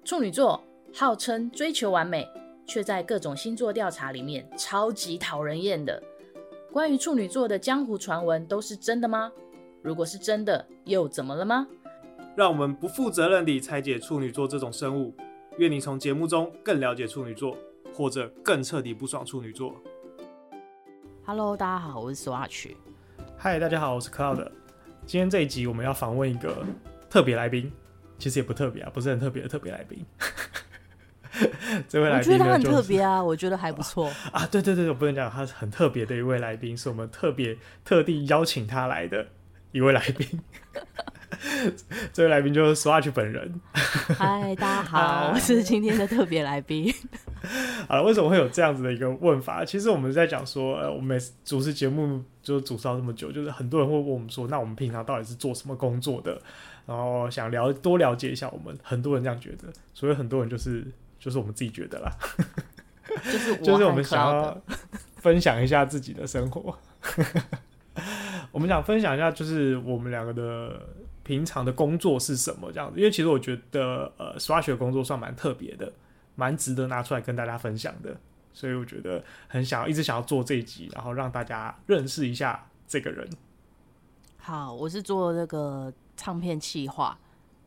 处女座号称追求完美，却在各种星座调查里面超级讨人厌的。关于处女座的江湖传闻都是真的吗？如果是真的，又怎么了吗？ 让我们不负责任地拆解处女座这种生物，愿你从节目中更了解处女座，或者更彻底不爽处女座。 Hello， 大家好，我是 Swatch。 嗨，大家好，我是 Cloud。今天这一集我们要访问一个特别来宾，其实也不特别啊，不是很特别的特别来宾。这位来宾呢，我觉得他很特别啊，我觉得还不错啊。对对对，我不能讲他是很特别的一位来宾，是我们特地邀请他来的一位来宾。这位来宾就是 Swatch 本人。 嗨，大家好，我是今天的特别来宾。 好了，为什么会有这样子的一个问法？其实我们在讲说，我们主持节目就主持到这么久，就是很多人会问我们说，那我们平常到底是做什么工作的？然后想多了解一下我们，很多人这样觉得，所以很多人就是我们自己觉得啦，就是我们想要分享一下自己的生活。我们想分享一下，就是我们两个的平常的工作是什么这样子，因为其实我觉得Swatch 的工作算蛮特别的，蛮值得拿出来跟大家分享的，所以我觉得一直想要做这一集，然后让大家认识一下这个人。 好，我是做那个唱片企划，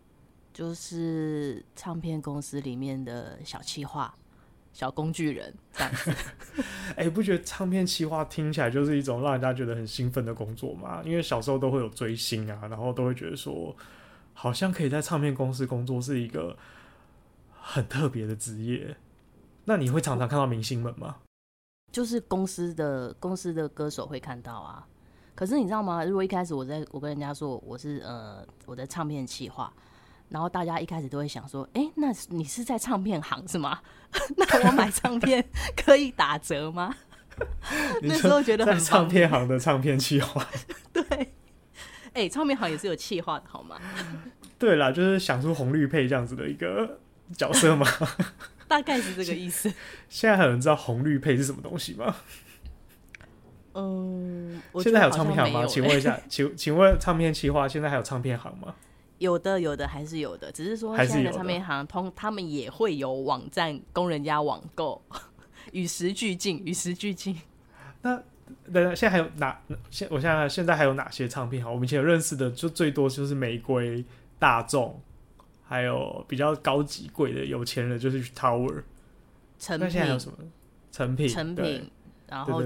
就是唱片公司里面的小企划、小工具人这样子。 不觉得唱片企划听起来就是一种让人家觉得很兴奋的工作吗？因为小时候都会有追星啊，然后都会觉得说，好像可以在唱片公司工作是一个很特别的职业。那你会常常看到明星们吗？ 就是公司的歌手会看到啊。可是你知道吗？如果一开始我跟人家说我是我的唱片企划，然后大家一开始都会想说，那你是在唱片行是吗？那我买唱片可以打折吗？那时候觉得很在唱片行的唱片企划。 对，唱片行也是有企划的好吗？ 对啦，就是想出红绿配这样子的一个角色嘛。 大概是这个意思。 现在还有人知道红绿配是什么东西吗？现在还有唱片行吗？请问一下，请问唱片企划现在还有唱片行吗？有的还是有的，只是说现在的唱片行他们也会有网站供人家网购，与时俱进。 那现在还有我现在还有哪些唱片行？我们以前有认识的，就最多就是玫瑰、大众，还有比较高级贵的有钱人就是 Tower。 成品。 那现在还有什么？成品， 然后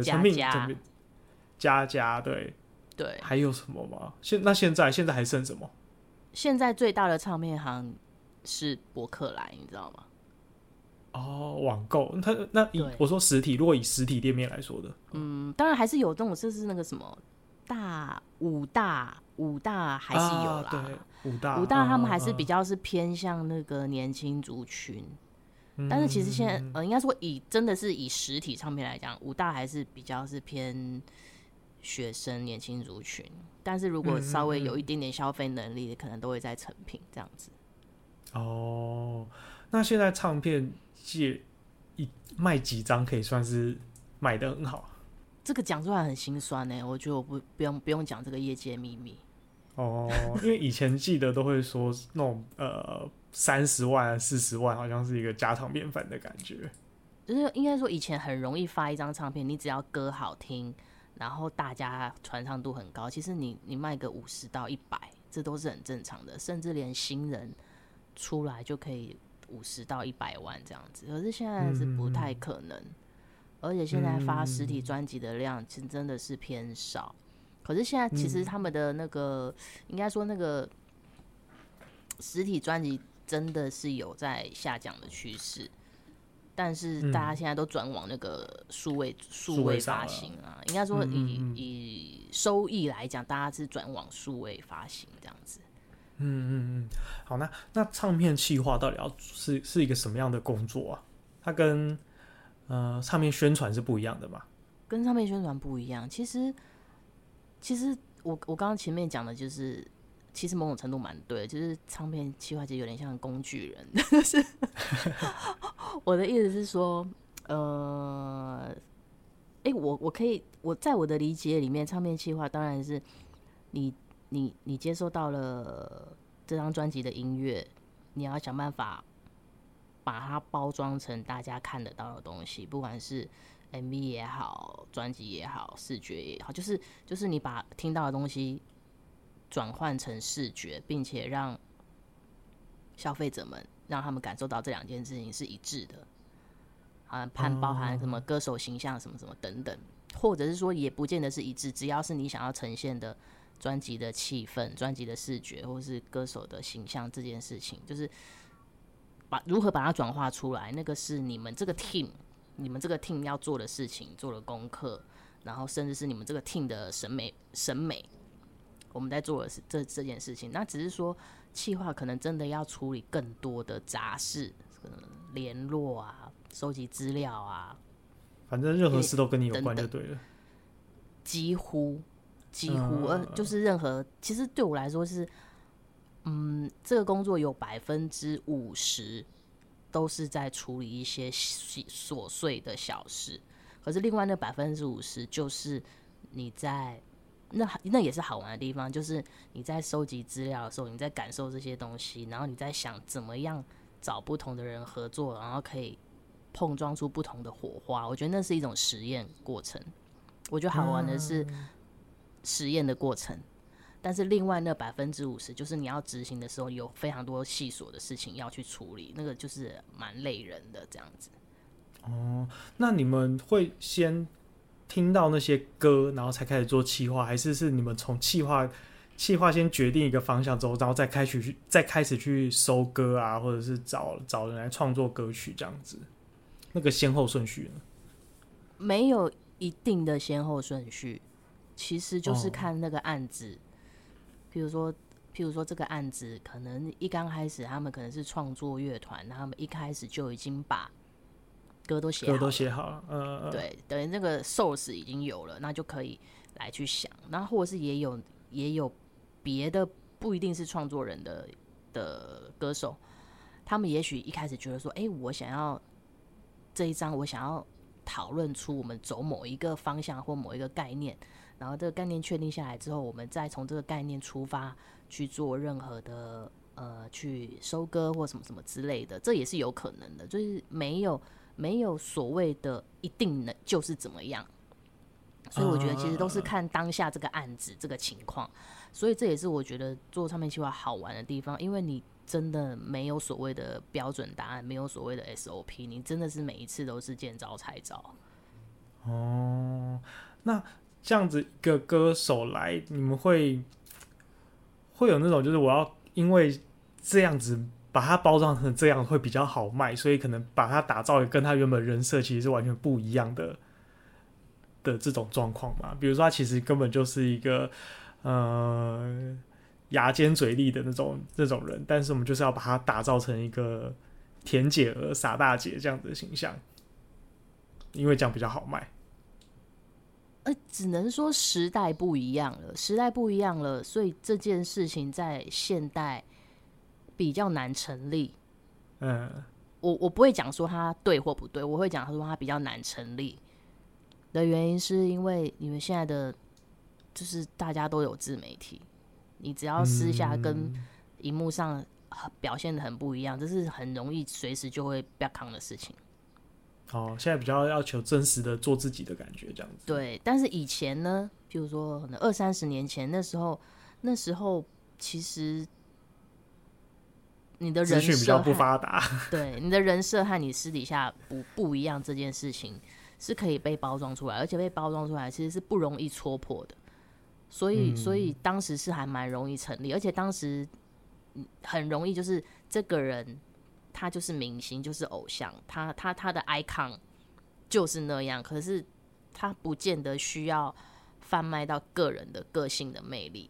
家，对，还有什么吗？那现在还剩什么？ 现在最大的唱片行是博客来，你知道吗？ 网购。我说实体，如果以实体店面来说的， 当然还是有这种，就是那个什么五大还是有啦。 对， 五大他们还是比较是偏向那个年轻族群。但是其实现在应该说真的是以实体唱片来讲，五大还是比较是偏学生年轻族群，但是如果稍微有一点点消费能力的，可能都会在成品这样子。 那现在唱片界卖几张可以算是卖得很好？ 这个讲出来很心酸欸，我觉得我不用讲这个业界秘密。 因为以前记得都会说那种30万、40万，好像是一个家常便饭的感觉。 就是应该说以前很容易发一张唱片，你只要歌好听，然后大家传唱度很高，其实你卖个50到100，这都是很正常的，甚至连新人出来就可以50到100万这样子。可是现在是不太可能，而且现在发实体专辑的量其实真的是偏少。可是现在其实他们的那个，应该说那个实体专辑真的是有在下降的趋势，但是大家现在都转往那个数位发行啊。应该说以收益来讲，大家是转往数位发行这样子。 好，那唱片企划到底是一个什么样的工作啊？它跟唱片宣传是不一样的吗？ 跟唱片宣传不一样，其实我刚刚前面讲的就是，其实某种程度蛮对的，就是唱片企划其实有点像工具人，就是我的意思是说，我在我的理解里面，唱片企划当然是你接收到了这张专辑的音乐，你要想办法把它包装成大家看得到的东西，不管是 MV 也好，专辑也好，视觉也好，就是你把听到的东西转换成视觉，并且让消费者们让他们感受到这两件事情是一致的，包含什么歌手形象什么什么等等，或者是说也不见得是一致，只要是你想要呈现的专辑的气氛、专辑的视觉，或是歌手的形象这件事情，就是如何把它转化出来，那个是你们这个 team 要做的事情，做的功课，然后甚至是你们这个 team 的审美，我们在做的是这件事情。那只是说企划可能真的要处理更多的杂事，联络啊，收集资料啊， 反正任何事都跟你有关就对了。 几乎，就是任何，其实对我来说是，这个工作有50%都是在处理一些琐碎的小事，可是另外那50%就是你在那也是好玩的地方，就是你在收集资料的时候，你在感受这些东西，然后你在想怎么样找不同的人合作，然后可以碰撞出不同的火花。我觉得那是一种实验过程。我觉得好玩的是实验的过程，但是另外那50%就是你要执行的时候，有非常多细琐的事情要去处理，那个就是蛮累人的这样子。 哦，那你们会先听到那些歌，然后才开始做企划，还是你们从企划先决定一个方向之后，然后再开始去收歌啊，或者是找人来创作歌曲这样子？那个先后顺序呢？ 没有一定的先后顺序，其实就是看那个案子。譬如说这个案子可能一刚开始他们可能是创作乐团，他们一开始就已经把歌都写好了，对，等于那个 source 已经有了，那就可以来去想。那或者是也有别的不一定是创作人的歌手，他们也许一开始觉得说，我想要这一张，我想要讨论出我们走某一个方向或某一个概念，然后这个概念确定下来之后，我们再从这个概念出发去做任何的去收歌或什么什么之类的，这也是有可能的，就是没有所谓的一定能就是怎么样，所以我觉得其实都是看当下这个案子这个情况，所以这也是我觉得做唱片企划好玩的地方，因为你真的没有所谓的标准答案，没有所谓的 SOP， 你真的是每一次都是见招拆招。 哦，那这样子一个歌手来，你们会有那种就是我要因为这样子把它包装成这样会比较好卖，所以可能把它打造跟他原本人设其实是完全不一样的这种状况嘛？比如说他其实根本就是一个牙尖嘴利的那种人，但是我们就是要把它打造成一个甜姐儿、傻大姐这样子的形象，因为这样比较好卖。 只能说时代不一样了，所以这件事情在现代比较难成立。我不会讲说它对或不对，我会讲说它比较难成立的原因，是因为你们现在的就是大家都有自媒体，你只要私下跟荧幕上表现的很不一样，这是很容易随时就会被扛的事情。 现在比较要求真实的做自己的感觉，这样子。 对，但是以前呢，譬如说可能20-30年前，那时候其实你的人设资讯比较不发达， 对，你的人设和你私底下不一样，这件事情是可以被包装出来，而且被包装出来其实是不容易戳破的。所以当时是还蛮容易成立，而且当时很容易就是这个人。他就是明星，就是偶像，他的 icon 就是那样，可是他不见得需要贩卖到个人的个性的魅力。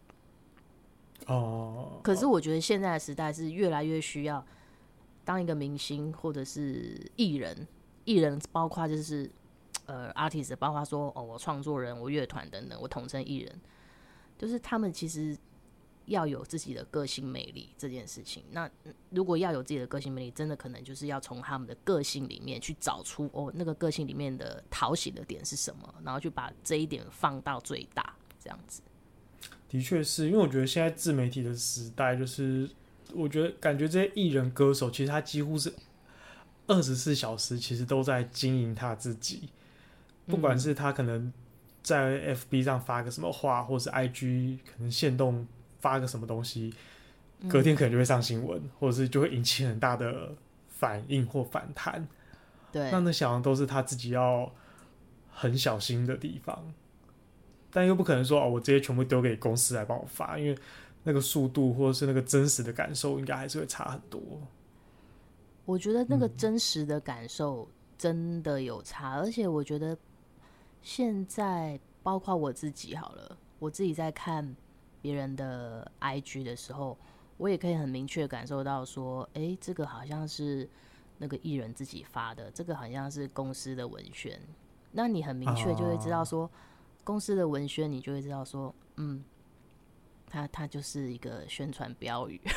可是我觉得现在的时代是越来越需要当一个明星或者是艺人包括就是artist， 包括说我创作人、我乐团等等，我统称艺人，就是他们其实。要有自己的个性魅力这件事情，那如果要有自己的个性魅力，真的可能就是要从他们的个性里面去找出那个个性里面的讨喜的点是什么，然后去把这一点放到最大，这样子。 的确是因为我觉得现在自媒体的时代，就是我觉得感觉这些艺人歌手其实他几乎是 24小时其实都在经营他自己，不管是他可能在 FB 上发个什么话，或是 IG 可能限动发个什么东西，隔天可能就会上新闻，或者是就会引起很大的反应或反弹。 对， 那想的都是他自己要很小心的地方，但又不可能说我这些全部丢给公司来帮我发，因为那个速度或者是那个真实的感受应该还是会差很多。 我觉得那个真实的感受真的有差，而且我觉得现在包括我自己好了，我自己在看别人的 IG 的时候，我也可以很明确感受到说，这个好像是那个艺人自己发的，这个好像是公司的文宣。那你很明确就会知道说，公司的文宣，你就会知道说，它就是一个宣传标语。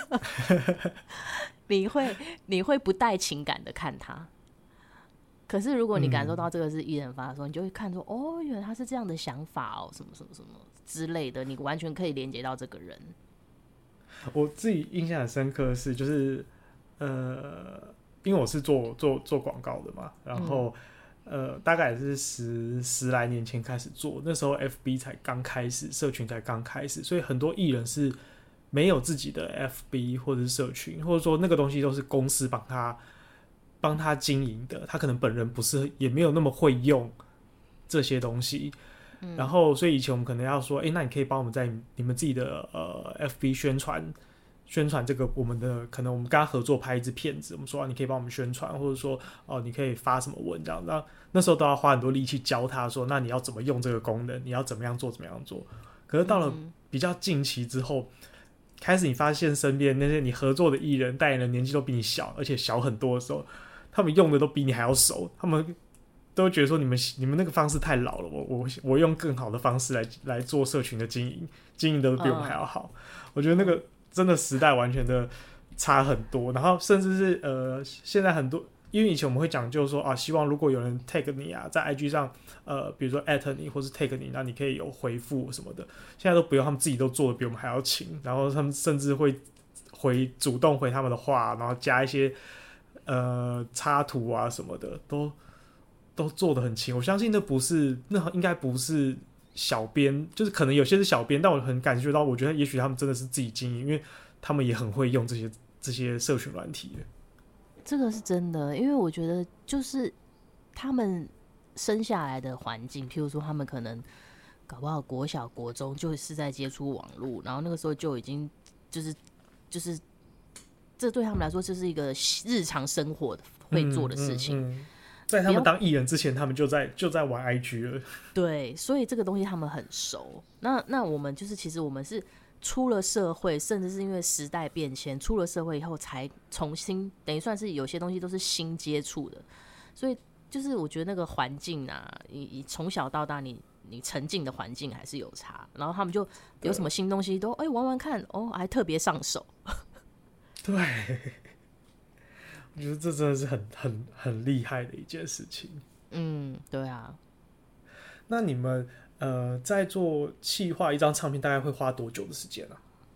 你会不带情感的看它。可是如果你感受到这个是艺人发的时候，你就会看出原来他是这样的想法什么什么什么之类的，你完全可以连接到这个人。 我自己印象很深刻的是，就是因为我是做广告的嘛，然后大概也是十来年前开始做，那时候 FB 才刚开始，社群才刚开始，所以很多艺人是没有自己的 FB 或者是社群，或者说那个东西都是公司帮他经营的，他可能本人不是也没有那么会用这些东西。然后所以以前我们可能要说，那你可以帮我们在你们自己的FB 宣传这个我们的，可能我们跟他合作拍一支片子，我们说你可以帮我们宣传，或者说你可以发什么文这样。那时候都要花很多力气教他说，那你要怎么用这个功能，你要怎么样做怎么样做。可是到了比较近期之后，开始你发现身边那些你合作的艺人代言人年纪都比你小，而且小很多的时候，他们用的都比你还要熟，他们都觉得说你们那个方式太老了，我用更好的方式来做社群的经营的都比我们还要好。我觉得那个真的时代完全的差很多，然后甚至是现在很多，因为以前我们会讲究说希望如果有人 tag 你在 IG 上比如说 at 你或是 tag 你，那你可以有回复什么的，现在都不用，他们自己都做的比我们还要勤，然后他们甚至会主动回他们的话，然后加一些插图什么的，都做得很勤。我相信那应该不是小编，就是可能有些是小编，但我很感觉到，我觉得也许他们真的是自己经营，因为他们也很会用这些社群软体的。 这个是真的，因为我觉得就是他们生下来的环境，譬如说他们可能搞不好国小国中就是在接触网络，然后那个时候就已经就是这对他们来说就是一个日常生活会做的事情。 在他们当艺人之前，他们就在玩 IG 了。 对，所以这个东西他们很熟。那我们就是其实我们是出了社会，甚至是因为时代变迁，出了社会以后才重新等于算是有些东西都是新接触的，所以就是我觉得那个环境你从小到大你沉浸的环境还是有差，然后他们就有什么新东西都玩玩看还特别上手。 对，我觉得这真的是很厉害的一件事情。 对啊。 那你们在做企划一张唱片大概会花多久的时间啊？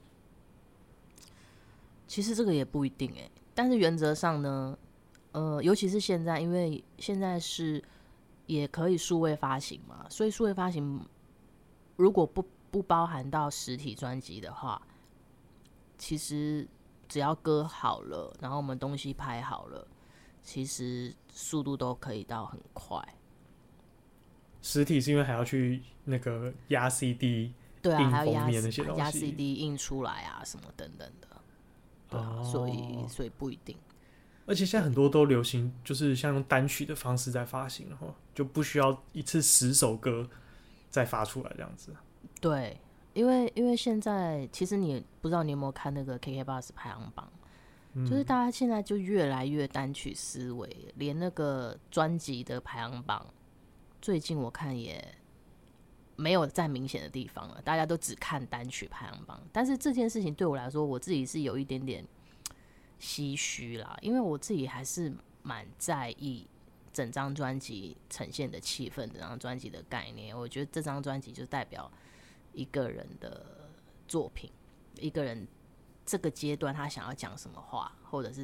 其实这个也不一定但是原则上呢，尤其是现在，因为现在是也可以数位发行嘛，所以数位发行如果不包含到实体专辑的话，其实只要歌好了，然后我们东西拍好了，其实速度都可以到很快。 实体是因为还要去那个压 CD， 对啊，还要压 CD 印出来什么等等的，对啊，所以不一定。 而且现在很多都流行，就是像用单曲的方式在发行，就不需要一次10首歌再发出来这样子。 对，因为现在其实你不知道你有没有看那个 KKBOX 排行榜，就是大家现在就越来越单曲思维，连那个专辑的排行榜，最近我看也没有再明显的地方了，大家都只看单曲排行榜。但是这件事情对我来说，我自己是有一点点唏嘘啦，因为我自己还是蛮在意整张专辑呈现的气氛，整张专辑的概念。我觉得这张专辑就代表一个人的作品，一个人这个阶段他想要讲什么话，或者是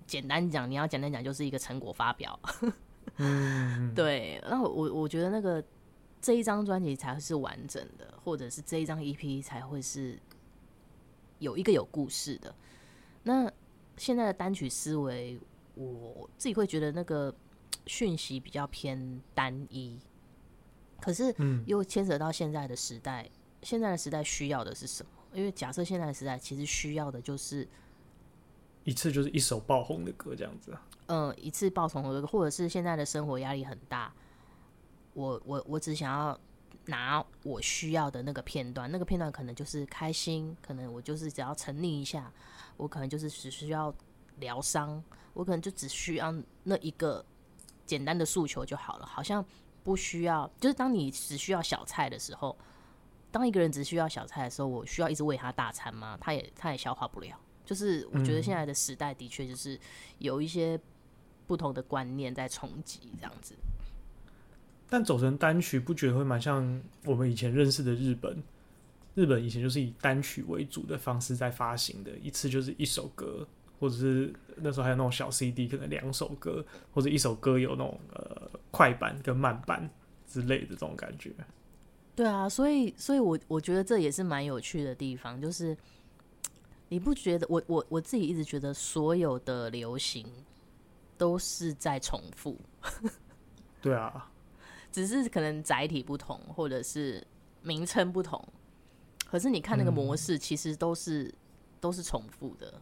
简单讲，你要简单讲就是一个成果发表。 嗯， 对，那我觉得那个这一张专辑才是完整的，或者是这一张 EP 才会是有一个有故事的。那现在的单曲思维，我自己会觉得那个讯息比较偏单一，可是又牵扯到现在的时代，现在的时代需要的是什么？因为假设现在的时代其实需要的就是一次就是一首爆红的歌这样子啊。 一次爆红的歌，或者是现在的生活压力很大，我只想要拿我需要的那个片段，那个片段可能就是开心，可能我就是只要沉溺一下，我可能就是只需要疗伤，我可能就只需要那一个简单的诉求就好了，好像不需要，就是当你只需要小菜的时候，当一个人只需要小菜的时候，我需要一直喂他大餐吗？他也消化不了。就是我觉得现在的时代的确就是有一些不同的观念在冲击这样子。 但走成单曲，不觉得会蛮像我们以前认识的日本？日本以前就是以单曲为主的方式在发行的，一次就是一首歌，或者是那时候还有那种小 CD， 可能2首歌，或者一首歌有那种快版跟慢版之类的这种感觉。 对啊，所以我觉得这也是蛮有趣的地方，就是你不觉得我自己一直觉得所有的流行都是在重复。 对啊， 只是可能载体不同，或者是名称不同，可是你看那个模式，其实都是重复的。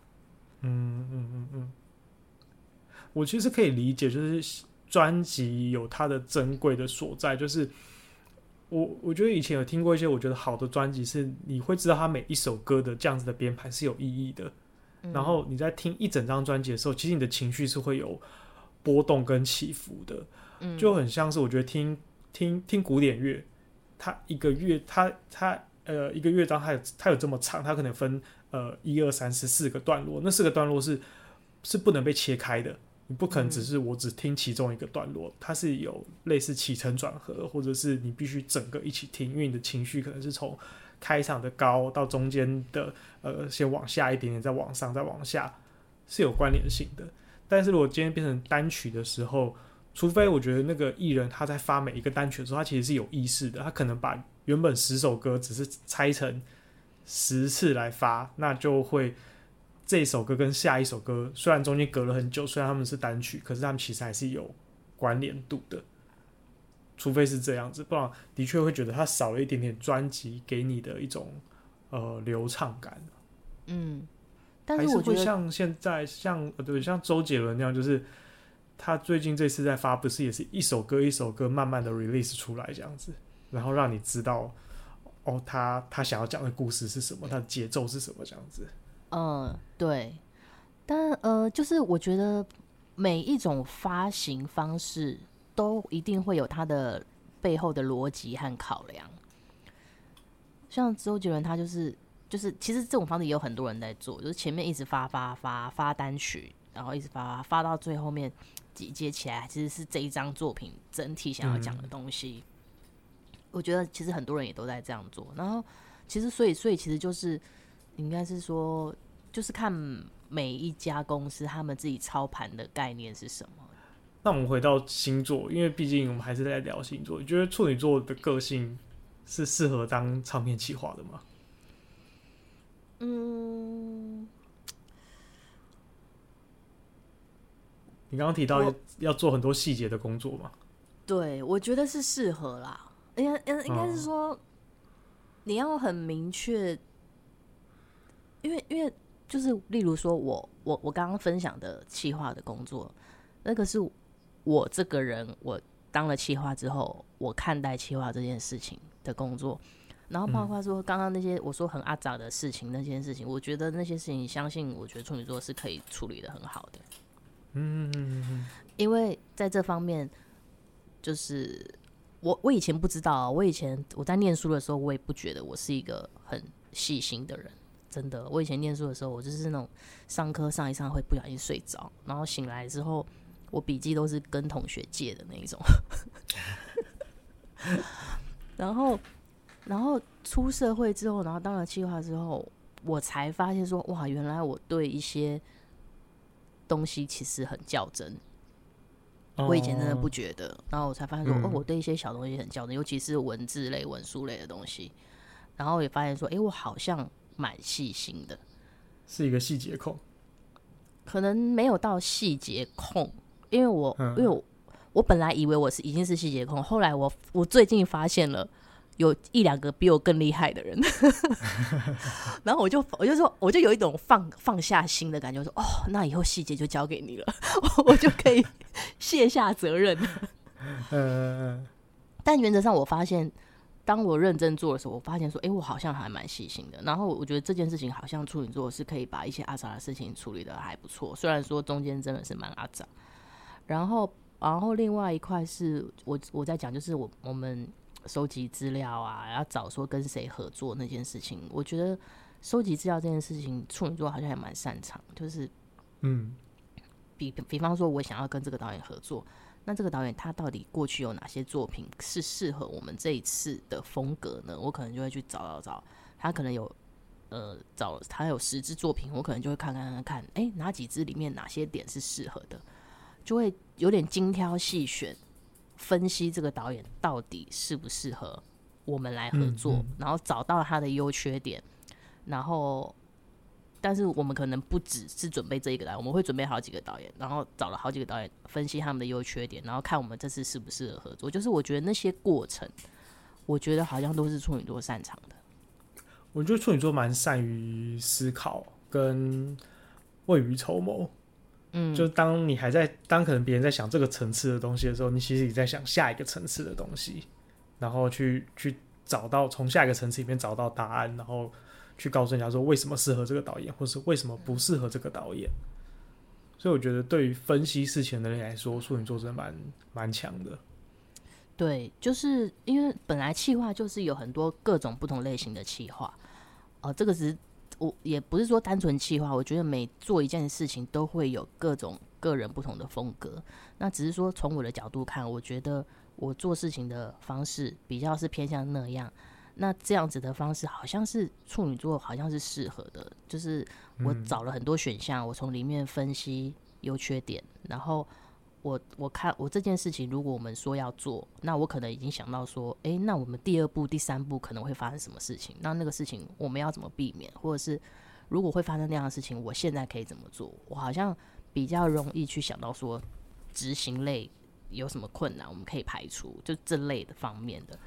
我其实可以理解，就是专辑有它的珍贵的所在，就是我觉得以前有听过一些我觉得好的专辑，是你会知道它每一首歌的这样子的编排是有意义的，然后你在听一整张专辑的时候，其实你的情绪是会有波动跟起伏的，就很像是我觉得听古典乐，它一个乐一个乐章它有这么长，它可能分1、2、3、4个段落，那4个段落是不能被切开的。你不可能我只听其中一个段落，它是有类似起承转合，或者是你必须整个一起听，因为你的情绪可能是从开场的高到中间的先往下一点点，再往上，再往下，是有关联性的。但是如果今天变成单曲的时候，除非我觉得那个艺人他在发每一个单曲的时候，他其实是有意识的，他可能把原本10首歌只是拆成10次来发，那就会这首歌跟下一首歌虽然中间隔了很久，虽然他们是单曲，可是他们其实还是有关联度的。除非是这样子，不然的确会觉得它少了一点点专辑给你的一种流畅感。 但是我觉得还是会像现在像周杰伦那样，就是他最近这次在发，不是也是一首歌一首歌慢慢的 release 出来这样子，然后让你知道他想要讲的故事是什么，他的节奏是什么这样子。 对，但就是我觉得每一种发行方式都一定会有它的背后的逻辑和考量。像周杰伦他就是其实这种方式也有很多人在做，就是前面一直发单曲，然后一直发到最后面集结起来，其实是这一张作品整体想要讲的东西。我觉得其实很多人也都在这样做，然后其实所以其实就是应该是说，就是看每一家公司他们自己操盘的概念是什么。 那我们回到星座，因为毕竟我们还是在聊星座，你觉得处女座的个性是适合当唱片企划的吗？你刚刚提到要做很多细节的工作嘛？ 对，我觉得是适合啦。应该是说，你要很明确，因为就是例如说我刚刚分享的企划的工作，那个是我这个人，我当了企划之后，我看待企划这件事情的工作，然后包括说刚刚那些我说很阿杂的事情，那件事情，我觉得那些事情，相信我觉得处女座是可以处理的很好的。因为在这方面，就是我以前不知道啊，我在念书的时候，我也不觉得我是一个很细心的人，真的。我以前念书的时候，我就是那种上课上一上会不小心睡着，然后醒来之后，我笔记都是跟同学借的那一种。然后出社会之后，然后当了企划之后，我才发现说，哇，原来我对一些东西其实很较真。我以前真的不觉得，然后我才发现说，我对一些小东西很较真，尤其是文字类、文书类的东西，然后也发现说，我好像蛮细心的， 是一个细节控， 可能没有到细节控，因为我本来以为我已经是细节控，后来我最近发现了有一两个比我更厉害的人，然后我就有一种放下心的感觉，说那以后细节就交给你了，我就可以卸下责任了。但原则上我发现，当我认真做的时候，我发现说，我好像还蛮细心的。然后我觉得这件事情好像处女座是可以把一些阿杂的事情处理的还不错，虽然说中间真的是蛮阿杂。然后另外一块是我在讲，就是我们收集资料啊，要找说跟谁合作那件事情，我觉得收集资料这件事情，处女座好像也蛮擅长，就是比方说我想要跟这个导演合作，那这个导演他到底过去有哪些作品是适合我们这一次的风格呢？我可能就会去找，他可能有他有10支作品，我可能就会看，哪几支里面哪些点是适合的，就会有点精挑细选，分析这个导演到底适不适合我们来合作，然后找到他的优缺点，然后但是我们可能不只是准备这一个导演，我们会准备好几个导演，然后找了好几个导演分析他们的优缺点，然后看我们这次适不适合合作。就是我觉得那些过程，我觉得好像都是处女座擅长的。 我觉得处女座蛮善于思考跟未雨绸缪。就当可能别人在想这个层次的东西的时候，你其实也在想下一个层次的东西，然后去找到从下一个层次里面找到答案，然后去告诉人家说为什么适合这个导演，或是为什么不适合这个导演。所以我觉得对于分析事情的人来说，处女座真的蛮强的。 对，就是因为本来企划就是有很多各种不同类型的企划，这个只是我也不是说单纯企划，我觉得每做一件事情都会有各种个人不同的风格。那只是说从我的角度看，我觉得我做事情的方式比较是偏向那样。那这样子的方式好像是处女座好像是适合的，就是我找了很多选项，我从里面分析优缺点，然后我看我这件事情，如果我们说要做，那我可能已经想到说，那我们第2步、第3步可能会发生什么事情？那个事情我们要怎么避免？或者是如果会发生那样的事情，我现在可以怎么做？我好像比较容易去想到说，执行类有什么困难，我们可以排除，就这类的方面的。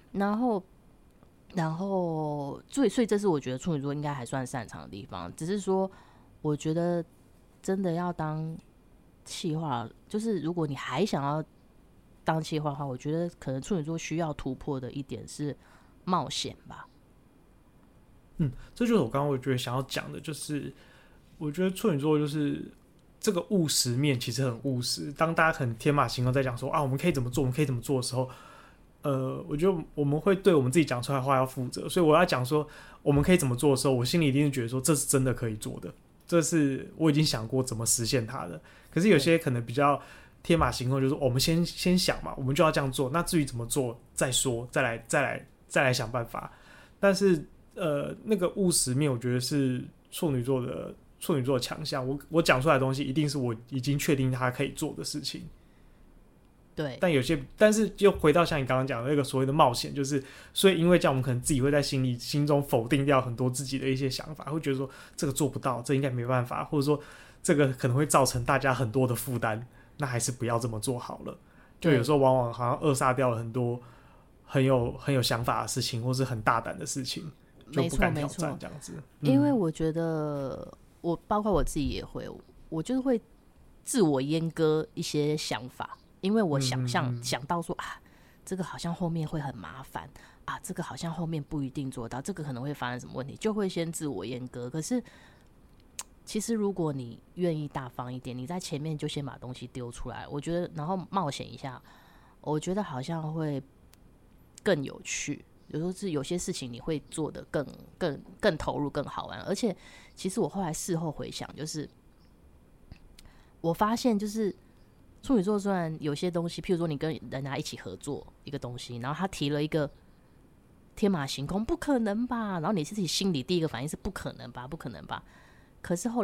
然后所以这是我觉得处女座应该还算擅长的地方，只是说，我觉得真的要当企划，就是如果你还想要当企划的话，我觉得可能处女座需要突破的一点是冒险吧。 这就是我刚刚我觉得想要讲的，就是我觉得处女座就是这个务实面其实很务实。当大家很天马行空在讲说我们可以怎么做，我们可以怎么做的时候，我觉得我们会对我们自己讲出来的话要负责。所以我要讲说我们可以怎么做的时候，我心里一定是觉得说这是真的可以做的，这是我已经想过怎么实现它的。可是有些可能比较天马行空，就是我们先想嘛，我们就要这样做，那至于怎么做再说，再来想办法。但是那个务实面，我觉得是处女座的强项。我讲出来的东西，一定是我已经确定他可以做的事情。 对， 但是就回到像你刚刚讲的那个所谓的冒险，就是所以因为这样，我们可能自己会在心中否定掉很多自己的一些想法，会觉得说这个做不到，这应该没办法，或者说这个可能会造成大家很多的负担，那还是不要这么做好了。就有时候往往好像扼杀掉了很多很有想法的事情，或是很大胆的事情，就不敢挑战这样子。 因为我觉得包括我自己也会，我就是会自我阉割一些想法。因为我想到说这个好像后面会很麻烦这个好像后面不一定做到，这个可能会发生什么问题，就会先自我阉割。可是其实如果你愿意大方一点，你在前面就先把东西丢出来，我觉得然后冒险一下，我觉得好像会更有趣。有时候是有些事情你会做得更投入、更好玩。而且其实我后来事后回想，就是我发现就是处女座虽然有些东西，譬如说你跟人家一起合作一个东西，然后他提了一个天马行空，不可能吧？然后你自己心里第一个反应是不可能吧，不可能吧？可是后来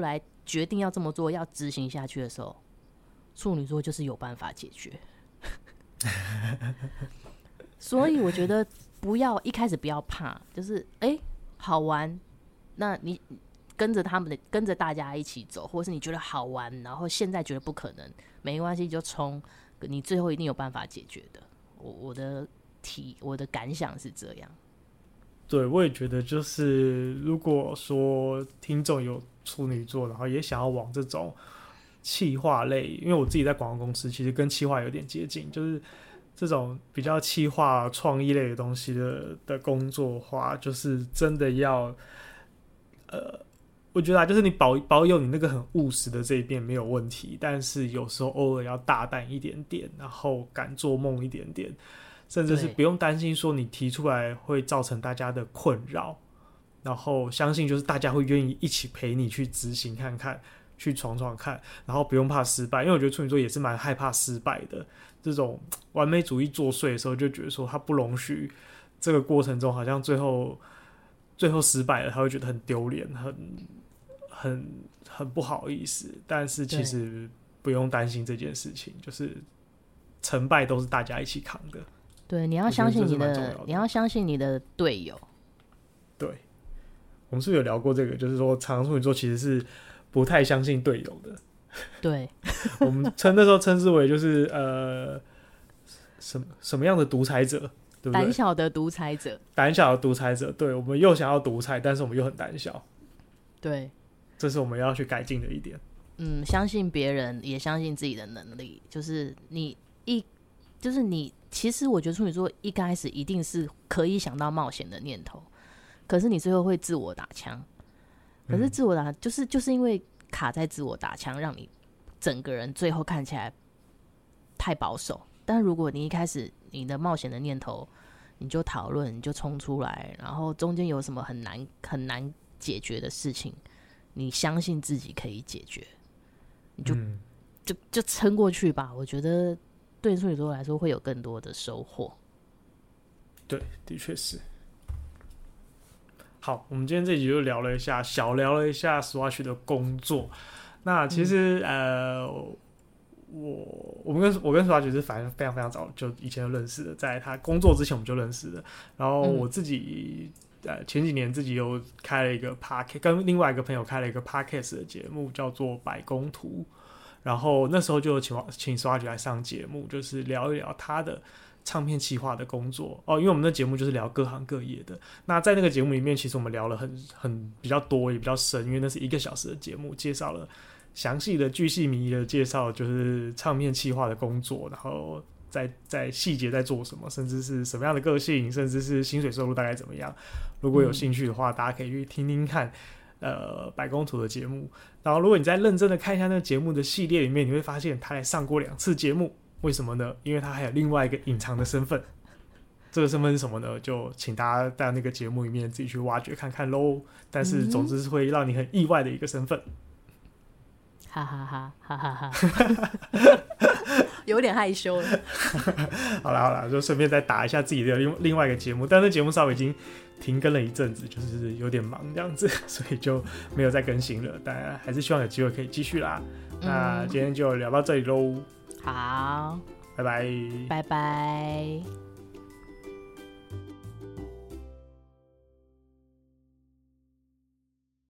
决定要这么做，要执行下去的时候，处女座就是有办法解决。所以我觉得一开始不要怕，就是好玩，那你跟着跟着大家一起走，或是你觉得好玩，然后现在觉得不可能，没关系就冲，你最后一定有办法解决的。我的感想是这样。 对，我也觉得就是如果说听众有处女座，然后也想要往这种企划类，因为我自己在广告公司，其实跟企划有点接近，就是这种比较企划创意类的东西的工作的话，就是真的要我觉得就是你保有你那个很务实的这一边没有问题，但是有时候偶尔要大胆一点点，然后敢做梦一点点，甚至是不用担心说你提出来会造成大家的困扰，然后相信就是大家会愿意一起陪你去执行看看，去闯闯看，然后不用怕失败，因为我觉得处女座也是蛮害怕失败的，这种完美主义作祟的时候就觉得说他不容许这个过程中好像最后失败了，他会觉得很丢脸，很不好意思，但是其实不用担心这件事情，就是成败都是大家一起扛的。 对，你要相信你的队友。 对，我们是不是有聊过这个？就是说，常常处女座其实是不太相信队友的。 对， 我们那时候称之为就是什么样的独裁者，对不对？ 胆小的独裁者。 胆小的独裁者，对，我们又想要独裁，但是我们又很胆小。 对， 这是我们要去改进的一点。 相信别人，也相信自己的能力。就是你，其实我觉得处女座一开始一定是可以想到冒险的念头，可是你最后会自我打枪。可是自我打就是因为卡在自我打枪，让你整个人最后看起来太保守。但如果你一开始你的冒险的念头，你就讨论，你就冲出来，然后中间有什么很难解决的事情，你相信自己可以解决，你就撑过去吧。我觉得对处女座来说会有更多的收获。 对，的确是。好，我们今天这集就小聊了一下 Swatch 的工作。那其实我跟 Swatch 是非常非常早就以前就认识的，在他工作之前我们就认识的。然后我自己前几年自己有开了一个 podcast， 跟另外一个朋友开了一个 podcast 的节目，叫做百工图。然后那时候就请 Swatch 来上节目，就是聊一聊他的唱片企划的工作哦。因为我们的节目就是聊各行各业的。那在那个节目里面，其实我们聊了很比较多，也比较深，因为那是1个小时的节目，介绍了详细的巨细靡遗的介绍，就是唱片企划的工作，然后在细节在做什么，甚至是什么样的个性，甚至是薪水收入大概怎么样。如果有兴趣的话，大家可以去听听看百工图的节目。然后如果你再认真的看一下那个节目的系列里面，你会发现他还上过2次节目。为什么呢？因为他还有另外一个隐藏的身份。这个身份是什么呢？就请大家在那个节目里面自己去挖掘看看咯。但是总之是会让你很意外的一个身份。 哈哈哈哈哈哈！有点害羞了。 好啦，就顺便再打一下自己的另外一个节目，但是节目稍微已经停更了一阵子，就是有点忙这样子，所以就没有再更新了。但还是希望有机会可以继续啦。那今天就聊到这里咯。 好， 拜拜， 拜拜。